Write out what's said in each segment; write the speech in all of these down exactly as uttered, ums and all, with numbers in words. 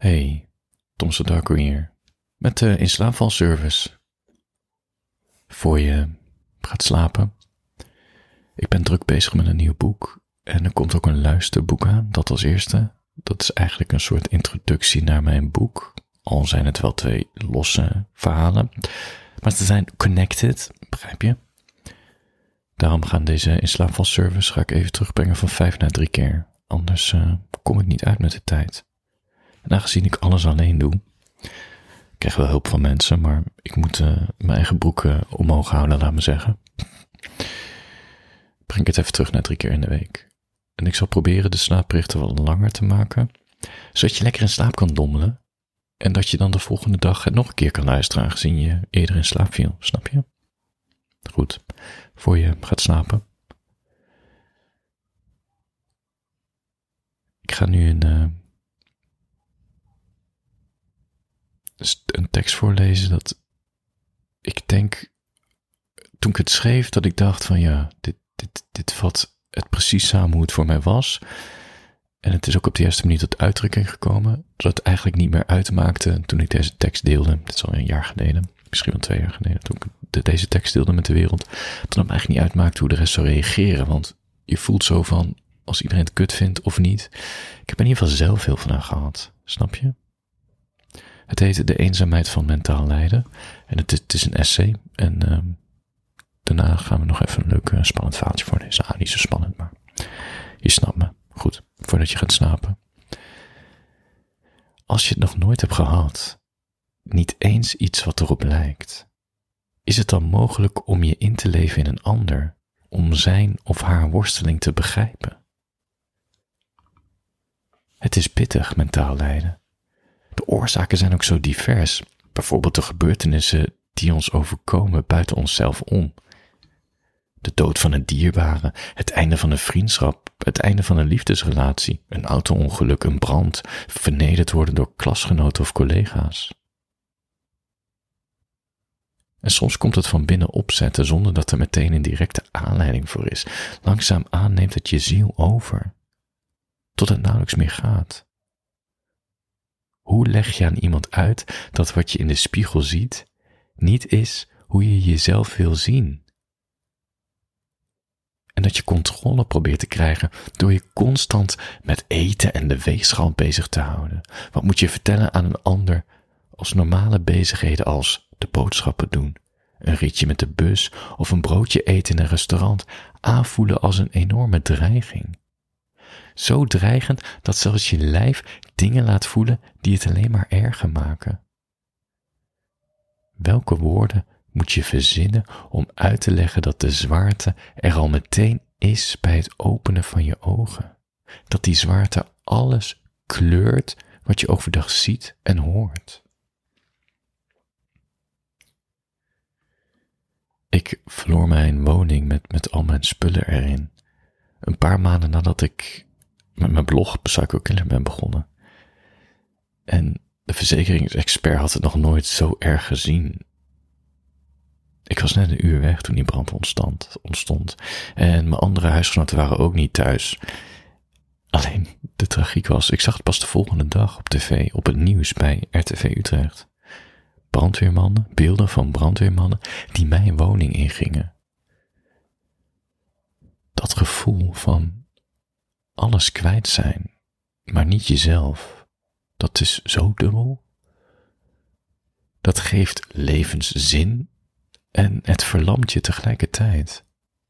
Hey, Tom Sadako hier, met de In Slaap Val service. Voor je gaat slapen. Ik ben druk bezig met een nieuw boek en er komt ook een luisterboek aan, dat als eerste. Dat is eigenlijk een soort introductie naar mijn boek, al zijn het wel twee losse verhalen. Maar ze zijn connected, begrijp je? Daarom gaan deze In Slaap Val service ga ik even terugbrengen van vijf naar drie keer. Anders uh, kom ik niet uit met de tijd. En aangezien ik alles alleen doe, ik krijg wel hulp van mensen, maar ik moet uh, mijn eigen broeken omhoog houden, laat me zeggen. Breng ik het even terug naar drie keer in de week. En ik zal proberen de slaapberichten wat langer te maken, zodat je lekker in slaap kan dommelen. En dat je dan de volgende dag het nog een keer kan luisteren, aangezien je eerder in slaap viel, snap je? Goed, voor je gaat slapen. Ik ga nu een... Uh, een tekst voorlezen dat ik denk, toen ik het schreef, dat ik dacht van ja, dit, dit, dit vat het precies samen hoe het voor mij was. En het is ook op de juiste manier tot uitdrukking gekomen, dat het eigenlijk niet meer uitmaakte toen ik deze tekst deelde. Dit is al een jaar geleden, misschien wel twee jaar geleden, toen ik de, deze tekst deelde met de wereld. Dat het eigenlijk niet uitmaakte hoe de rest zou reageren, want je voelt zo van, als iedereen het kut vindt of niet. Ik heb in ieder geval zelf heel veel aan gehad, snap je? Het heet De eenzaamheid van mentaal lijden. En het is, het is een essay. En uh, daarna gaan we nog even een leuk uh, spannend verhaaltje voorlezen. Ah, niet zo spannend, maar je snapt me. Goed, voordat je gaat slapen. Als je het nog nooit hebt gehad, niet eens iets wat erop lijkt, is het dan mogelijk om je in te leven in een ander, om zijn of haar worsteling te begrijpen? Het is pittig, mentaal lijden. De oorzaken zijn ook zo divers, bijvoorbeeld de gebeurtenissen die ons overkomen buiten onszelf om. De dood van een dierbare, het einde van een vriendschap, het einde van een liefdesrelatie, een auto-ongeluk, een brand, vernederd worden door klasgenoten of collega's. En soms komt het van binnen opzetten zonder dat er meteen een directe aanleiding voor is. Langzaam aanneemt het je ziel over, tot het nauwelijks meer gaat. Hoe leg je aan iemand uit dat wat je in de spiegel ziet niet is hoe je jezelf wil zien? En dat je controle probeert te krijgen door je constant met eten en de weegschaal bezig te houden. Wat moet je vertellen aan een ander als normale bezigheden als de boodschappen doen, een ritje met de bus of een broodje eten in een restaurant aanvoelen als een enorme dreiging? Zo dreigend dat zelfs je lijf dingen laat voelen die het alleen maar erger maken. Welke woorden moet je verzinnen om uit te leggen dat de zwaarte er al meteen is bij het openen van je ogen? Dat die zwaarte alles kleurt wat je overdag ziet en hoort. Ik verloor mijn woning met, met al mijn spullen erin. Een paar maanden nadat ik met mijn blog Psycho Killer ben begonnen. En de verzekeringsexpert had het nog nooit zo erg gezien. Ik was net een uur weg toen die brand ontstond, ontstond. En mijn andere huisgenoten waren ook niet thuis. Alleen de tragiek was, ik zag het pas de volgende dag op tv, op het nieuws bij R T V Utrecht. Brandweermannen, beelden van brandweermannen die mijn woning ingingen. Dat gevoel van alles kwijt zijn, maar niet jezelf, dat is zo dubbel. Dat geeft levenszin en het verlamt je tegelijkertijd.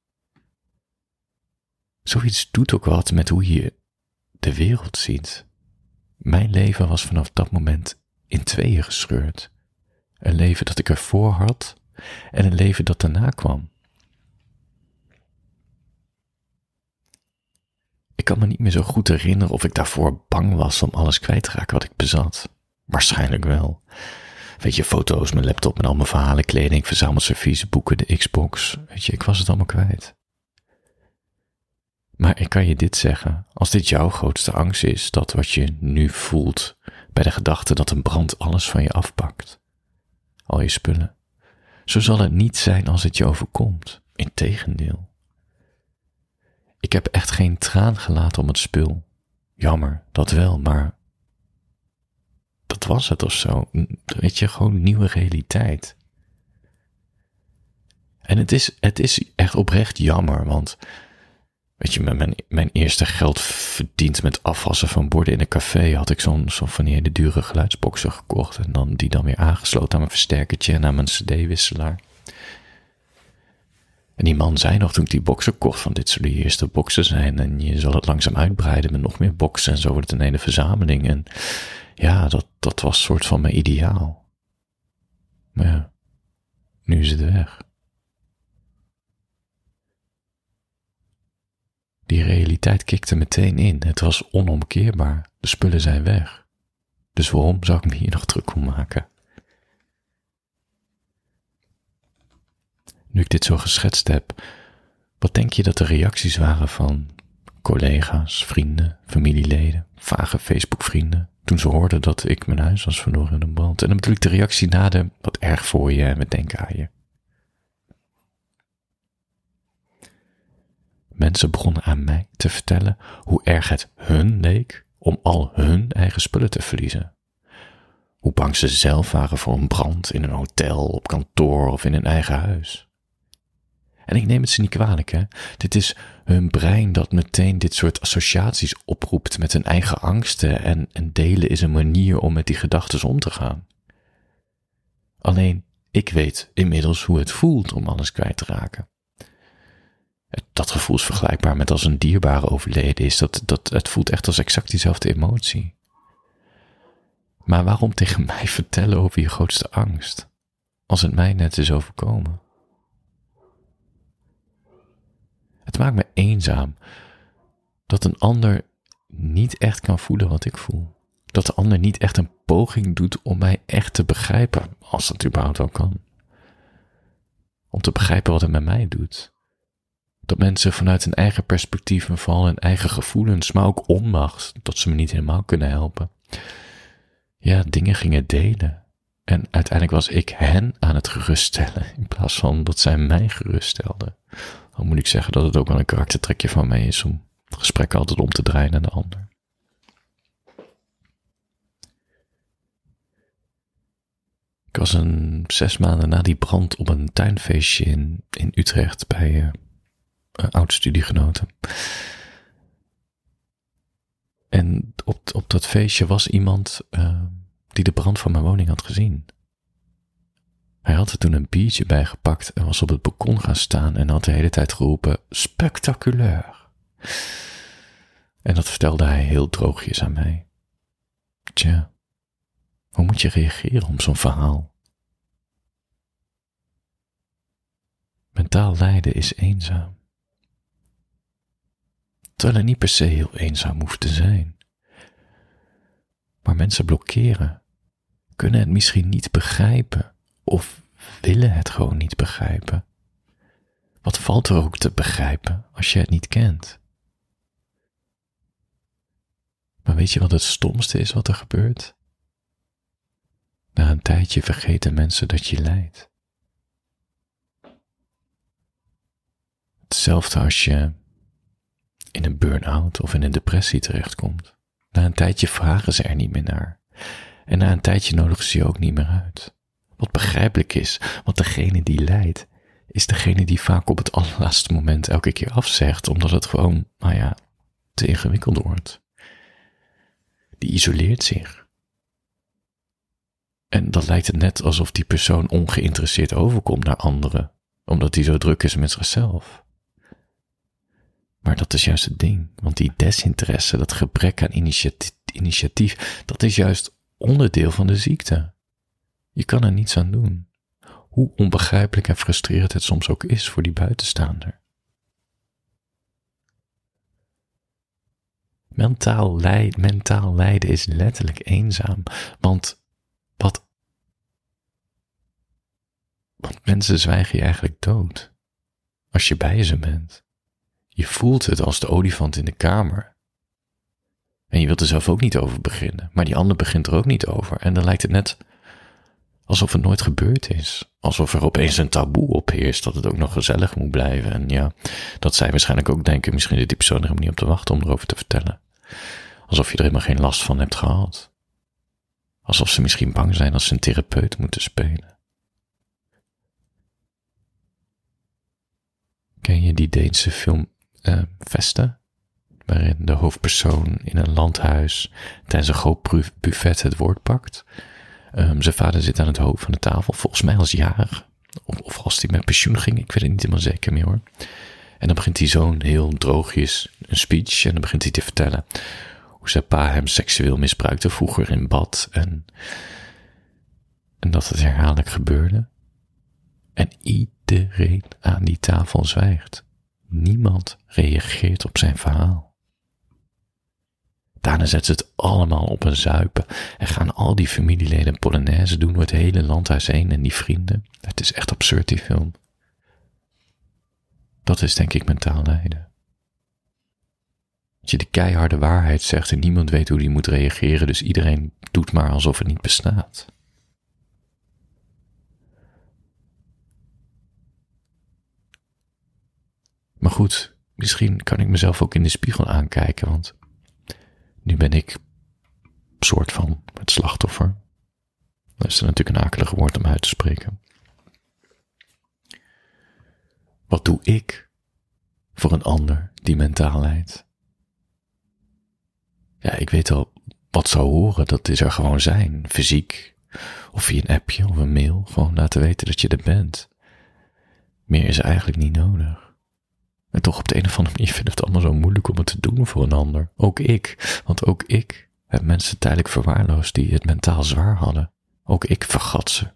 Zoiets doet ook wat met hoe je de wereld ziet. Mijn leven was vanaf dat moment in tweeën gescheurd. Een leven dat ik ervoor had en een leven dat daarna kwam. Ik kan me niet meer zo goed herinneren of ik daarvoor bang was om alles kwijt te raken wat ik bezat. Waarschijnlijk wel. Weet je, foto's, mijn laptop met al mijn verhalen, kleding, verzamelservies, boeken, de Xbox. Weet je, ik was het allemaal kwijt. Maar ik kan je dit zeggen, als dit jouw grootste angst is, dat wat je nu voelt bij de gedachte dat een brand alles van je afpakt. Al je spullen. Zo zal het niet zijn als het je overkomt. Integendeel. Ik heb echt geen traan gelaten om het spul. Jammer, dat wel, maar was het of zo. Weet je, gewoon nieuwe realiteit. En het is, het is echt oprecht jammer, want weet je, met mijn, mijn eerste geld verdiend met afwassen van borden in een café had ik zo'n, zo'n van die hele dure geluidsboxer gekocht en dan die dan weer aangesloten aan mijn versterkertje en aan mijn cd-wisselaar. En die man zei nog toen ik die boxer kocht van dit zullen je eerste boxen zijn en je zal het langzaam uitbreiden met nog meer boxen en zo wordt het een hele verzameling. En ja, dat, dat was een soort van mijn ideaal. Maar ja, nu is het weg. Die realiteit kikte meteen in. Het was onomkeerbaar. De spullen zijn weg. Dus waarom zou ik me hier nog druk om maken? Nu ik dit zo geschetst heb, wat denk je dat de reacties waren van collega's, vrienden, familieleden, vage Facebook-vrienden, toen ze hoorden dat ik mijn huis was verloren in een brand? En dan bedoel ik de reactie na de wat erg voor je en we denken aan je. Mensen begonnen aan mij te vertellen hoe erg het hun leek om al hun eigen spullen te verliezen. Hoe bang ze zelf waren voor een brand in een hotel, op kantoor of in hun eigen huis. En ik neem het ze niet kwalijk, hè. Dit is hun brein dat meteen dit soort associaties oproept met hun eigen angsten en, en delen is een manier om met die gedachten om te gaan. Alleen, ik weet inmiddels hoe het voelt om alles kwijt te raken. Dat gevoel is vergelijkbaar met als een dierbare overleden is. Dat, dat, het voelt echt als exact diezelfde emotie. Maar waarom tegen mij vertellen over je grootste angst, als het mij net is overkomen? Het maakt me eenzaam dat een ander niet echt kan voelen wat ik voel. Dat de ander niet echt een poging doet om mij echt te begrijpen, als dat überhaupt wel kan. Om te begrijpen wat het met mij doet. Dat mensen vanuit hun eigen perspectief en vooral hun eigen gevoelens, maar ook onmacht, dat ze me niet helemaal kunnen helpen, ja, dingen gingen delen. En uiteindelijk was ik hen aan het geruststellen, in plaats van dat zij mij geruststelden. Dan moet ik zeggen dat het ook wel een karaktertrekje van mij is om het gesprek altijd om te draaien naar de ander. Ik was een zes maanden na die brand op een tuinfeestje in, in Utrecht bij uh, uh, oud-studiegenoten. En op, op dat feestje was iemand uh, die de brand van mijn woning had gezien. Hij had er toen een biertje bij gepakt en was op het balkon gaan staan en had de hele tijd geroepen, spectaculair. En dat vertelde hij heel droogjes aan mij. Tja, hoe moet je reageren op zo'n verhaal? Mentaal lijden is eenzaam. Terwijl het niet per se heel eenzaam hoeft te zijn. Maar mensen blokkeren, kunnen het misschien niet begrijpen of willen het gewoon niet begrijpen. Wat valt er ook te begrijpen als je het niet kent? Maar weet je wat het stomste is wat er gebeurt? Na een tijdje vergeten mensen dat je lijdt. Hetzelfde als je in een burn-out of in een depressie terechtkomt. Na een tijdje vragen ze er niet meer naar. En na een tijdje nodigen ze je ook niet meer uit. Wat begrijpelijk is, want degene die lijdt, is degene die vaak op het allerlaatste moment elke keer afzegt, omdat het gewoon, nou ja, te ingewikkeld wordt. Die isoleert zich. En dat lijkt het net alsof die persoon ongeïnteresseerd overkomt naar anderen, omdat hij zo druk is met zichzelf. Maar dat is juist het ding, want die desinteresse, dat gebrek aan initiatief, initiatief, dat is juist onderdeel van de ziekte. Je kan er niets aan doen, hoe onbegrijpelijk en frustrerend het soms ook is voor die buitenstaander. Mentaal lijden, mentaal lijden is letterlijk eenzaam, want wat, want mensen zwijgen je eigenlijk dood, als je bij ze bent. Je voelt het als de olifant in de kamer. En je wilt er zelf ook niet over beginnen, maar die ander begint er ook niet over. En dan lijkt het net alsof het nooit gebeurd is. Alsof er opeens een taboe op heerst, dat het ook nog gezellig moet blijven. En ja, dat zij waarschijnlijk ook denken, misschien zit die persoon er helemaal niet op te wachten om erover te vertellen. Alsof je er helemaal geen last van hebt gehad. Alsof ze misschien bang zijn als ze een therapeut moeten spelen. Ken je die Deense film uh, Vesta? Waarin de hoofdpersoon in een landhuis tijdens een groot buffet het woord pakt. Um, zijn vader zit aan het hoofd van de tafel, volgens mij als jarig. Of, of als hij met pensioen ging, ik weet het niet helemaal zeker meer hoor. En dan begint hij zo'n heel droogjes een speech en dan begint hij te vertellen hoe zijn pa hem seksueel misbruikte vroeger in bad en, en dat het herhaaldelijk gebeurde. En iedereen aan die tafel zwijgt. Niemand reageert op zijn verhaal. Daarna zetten ze het allemaal op een zuipen en gaan al die familieleden Polonaise doen door het hele landhuis heen en die vrienden. Het is echt absurd die film. Dat is denk ik mentaal lijden. Dat je de keiharde waarheid zegt en niemand weet hoe die moet reageren, dus iedereen doet maar alsof het niet bestaat. Maar goed, misschien kan ik mezelf ook in de spiegel aankijken, want nu ben ik soort van het slachtoffer. Dat is natuurlijk een akelig woord om uit te spreken. Wat doe ik voor een ander die mentaal lijdt? Ja, ik weet al wat zou horen, dat is er gewoon zijn, fysiek, of via een appje of een mail, gewoon laten weten dat je er bent. Meer is eigenlijk niet nodig. En toch op de een of andere manier vind ik het allemaal zo moeilijk om het te doen voor een ander. Ook ik, want ook ik heb mensen tijdelijk verwaarloosd die het mentaal zwaar hadden. Ook ik vergat ze.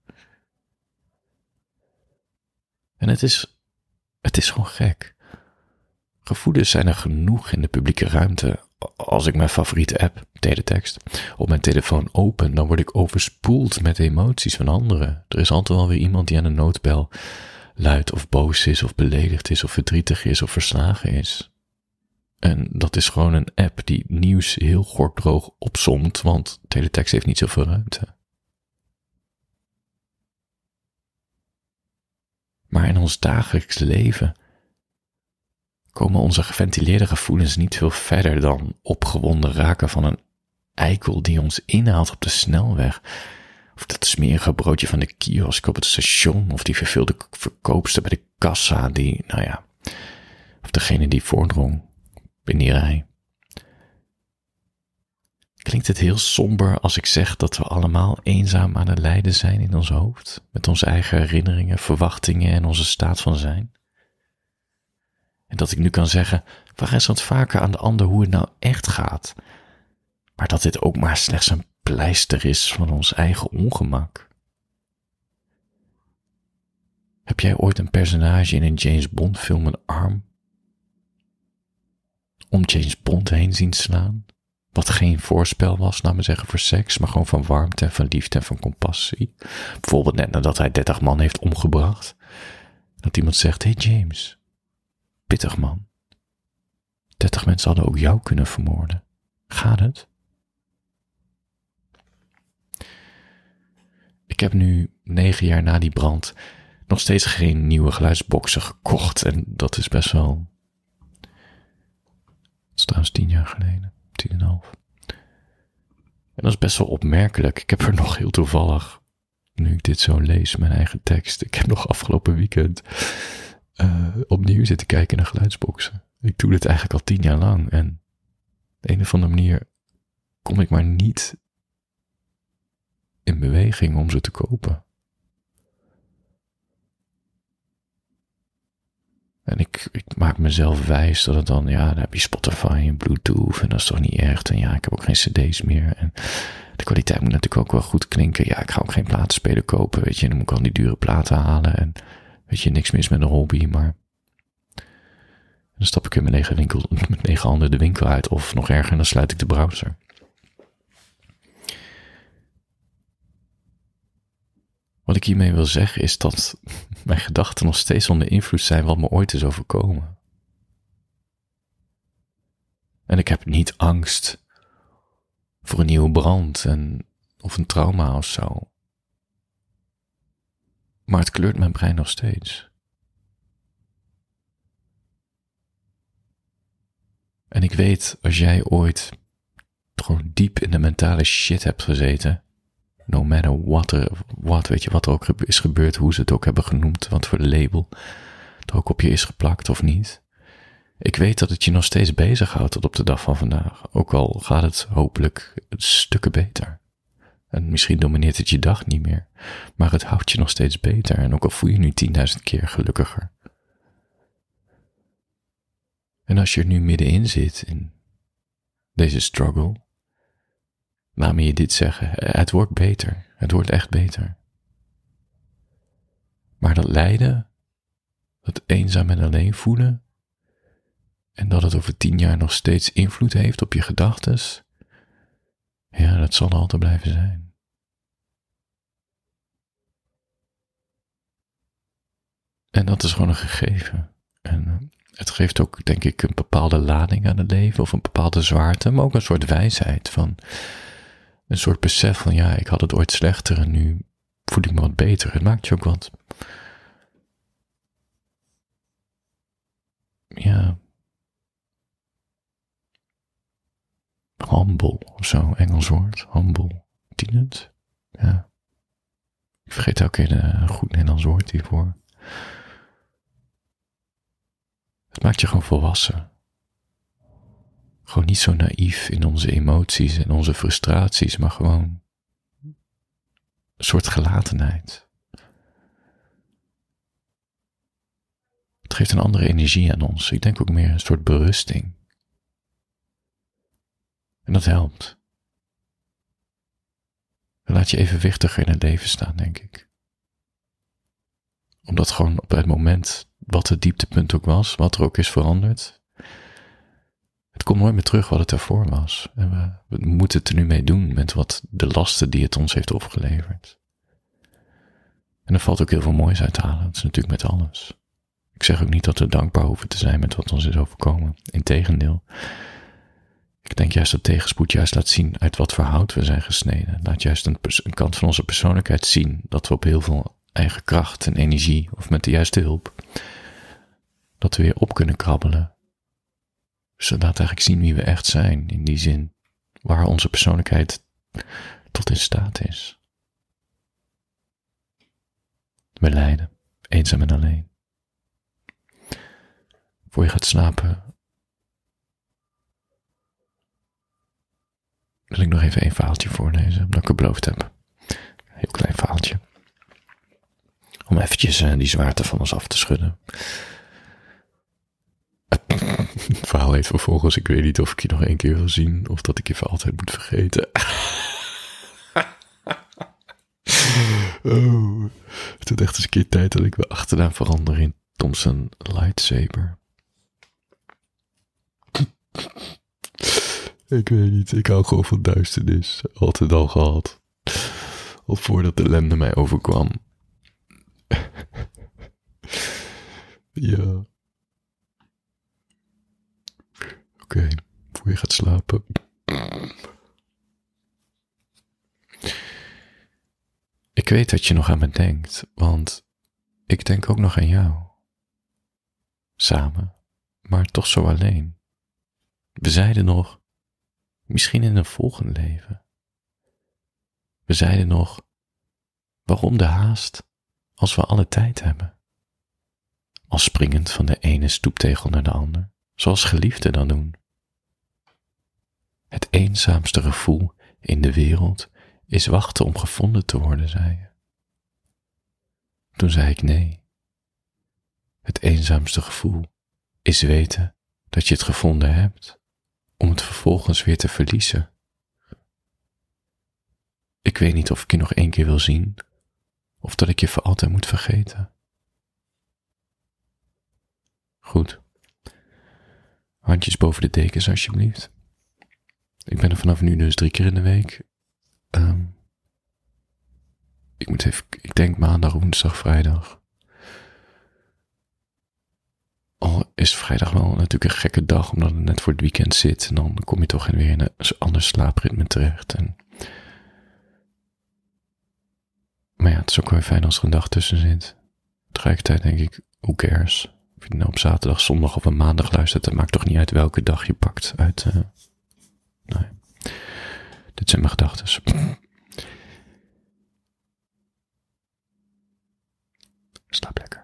En het is, het is gewoon gek. Gevoelens zijn er genoeg in de publieke ruimte. Als ik mijn favoriete app, teletext, op mijn telefoon open, dan word ik overspoeld met emoties van anderen. Er is altijd wel weer iemand die aan de noodbel luid of boos is, of beledigd is, of verdrietig is, of verslagen is. En dat is gewoon een app die nieuws heel gorddroog opsomt, want teletext heeft niet zoveel ruimte. Maar in ons dagelijks leven komen onze geventileerde gevoelens niet veel verder dan opgewonden raken van een eikel die ons inhaalt op de snelweg. Of dat smerige broodje van de kiosk op het station, of die verveelde verkoopster bij de kassa, die, nou ja, of degene die voordrong in die rij. Klinkt het heel somber als ik zeg dat we allemaal eenzaam aan het lijden zijn in ons hoofd, met onze eigen herinneringen, verwachtingen en onze staat van zijn? En dat ik nu kan zeggen, vraag eens wat vaker aan de ander hoe het nou echt gaat, maar dat dit ook maar slechts een pleister is van ons eigen ongemak. Heb jij ooit een personage in een James Bond film een arm om James Bond heen zien slaan? Wat geen voorspel was, laat me zeggen, voor seks, maar gewoon van warmte en van liefde en van compassie. Bijvoorbeeld net nadat hij dertig man heeft omgebracht. Dat iemand zegt, hey James, pittig man. dertig mensen hadden ook jou kunnen vermoorden. Gaat het? Ik heb nu negen jaar na die brand nog steeds geen nieuwe geluidsboxen gekocht. En dat is best wel, dat is trouwens tien jaar geleden, tien en een half. En dat is best wel opmerkelijk. Ik heb er nog heel toevallig, nu ik dit zo lees, mijn eigen tekst. Ik heb nog afgelopen weekend uh, opnieuw zitten kijken naar geluidsboxen. Ik doe dit eigenlijk al tien jaar lang. En op de een of andere manier kom ik maar niet in beweging om ze te kopen. En ik, ik maak mezelf wijs dat het dan, ja, dan heb je Spotify en Bluetooth en dat is toch niet erg. En ja, ik heb ook geen cd's meer. En de kwaliteit moet natuurlijk ook wel goed klinken. Ja, ik ga ook geen platenspeler kopen, weet je. En dan moet ik al die dure platen halen. En weet je, niks mis met een hobby, maar dan stap ik in mijn lege, winkel, met lege handen de winkel uit. Of nog erger, dan sluit ik de browser. Wat ik hiermee wil zeggen is dat mijn gedachten nog steeds onder invloed zijn wat me ooit is overkomen. En ik heb niet angst voor een nieuwe brand en, of een trauma of zo. Maar het kleurt mijn brein nog steeds. En ik weet, als jij ooit gewoon diep in de mentale shit hebt gezeten, No matter what, er, what, weet je, wat er ook is gebeurd, hoe ze het ook hebben genoemd, wat voor label er ook op je is geplakt of niet. Ik weet dat het je nog steeds bezighoudt tot op de dag van vandaag, ook al gaat het hopelijk stukken beter. En misschien domineert het je dag niet meer, maar het houdt je nog steeds beter en ook al voel je nu tienduizend keer gelukkiger. En als je er nu middenin zit, in deze struggle, laat me je dit zeggen, het wordt beter, het wordt echt beter. Maar dat lijden, dat eenzaam en alleen voelen, en dat het over tien jaar nog steeds invloed heeft op je gedachtes, ja, dat zal er altijd blijven zijn. En dat is gewoon een gegeven. En het geeft ook, denk ik, een bepaalde lading aan het leven, of een bepaalde zwaarte, maar ook een soort wijsheid van, een soort besef van, ja, ik had het ooit slechter en nu voel ik me wat beter. Het maakt je ook wat, ja, humble of zo, Engels woord, humble, dienend, ja. Ik vergeet elke keer een goed Nederlands woord hiervoor. Het maakt je gewoon volwassen. Gewoon niet zo naïef in onze emoties en onze frustraties, maar gewoon een soort gelatenheid. Het geeft een andere energie aan ons. Ik denk ook meer een soort berusting. En dat helpt. Dan laat je evenwichtiger in het leven staan, denk ik. Omdat gewoon op het moment, wat het dieptepunt ook was, wat er ook is veranderd, het komt nooit meer terug wat het daarvoor was. En we, we moeten het er nu mee doen met wat de lasten die het ons heeft opgeleverd. En er valt ook heel veel moois uit te halen. Dat is natuurlijk met alles. Ik zeg ook niet dat we dankbaar hoeven te zijn met wat ons is overkomen. Integendeel. Ik denk juist dat tegenspoed juist laat zien uit wat voor hout we zijn gesneden. Laat juist een, pers- een kant van onze persoonlijkheid zien dat we op heel veel eigen kracht en energie, of met de juiste hulp, dat we weer op kunnen krabbelen. Dus dat laat eigenlijk zien wie we echt zijn, in die zin, waar onze persoonlijkheid tot in staat is. We lijden, eenzaam en alleen. Voor je gaat slapen, wil ik nog even een verhaaltje voorlezen, omdat ik het beloofd heb. Een heel klein verhaaltje. Om eventjes uh, die zwaarte van ons af te schudden. Het verhaal heet vervolgens, ik weet niet of ik je nog één keer wil zien, of dat ik je voor altijd moet vergeten. Oh, het wordt echt eens een keer tijd dat ik weer achternaam verander in Thompson Lightsaber. Ik weet niet, ik hou gewoon van duisternis. Altijd al gehad. Al voordat de ellende mij overkwam. Ja. Oké, okay, voor je gaat slapen. Ik weet dat je nog aan me denkt, want ik denk ook nog aan jou. Samen, maar toch zo alleen. We zeiden nog, misschien in een volgend leven. We zeiden nog, waarom de haast als we alle tijd hebben? Als springend van de ene stoeptegel naar de ander, zoals geliefden dat doen. Het eenzaamste gevoel in de wereld is wachten om gevonden te worden, zei je. Toen zei ik nee. Het eenzaamste gevoel is weten dat je het gevonden hebt, om het vervolgens weer te verliezen. Ik weet niet of ik je nog één keer wil zien, of dat ik je voor altijd moet vergeten. Goed. Handjes boven de dekens, alsjeblieft. Ik ben er vanaf nu dus drie keer in de week. Um, ik moet even, ik denk maandag, woensdag, vrijdag. Al is vrijdag wel natuurlijk een gekke dag, omdat het net voor het weekend zit. En dan kom je toch weer in een ander slaapritme terecht. En maar ja, het is ook weer fijn als er een dag tussen zit. Tegelijkertijd denk ik, who cares? Of je nou op zaterdag, zondag of een maandag luistert, dat maakt toch niet uit welke dag je pakt. Uit, uh, nou ja. Dit zijn mijn gedachtes. Ik Slaap lekker.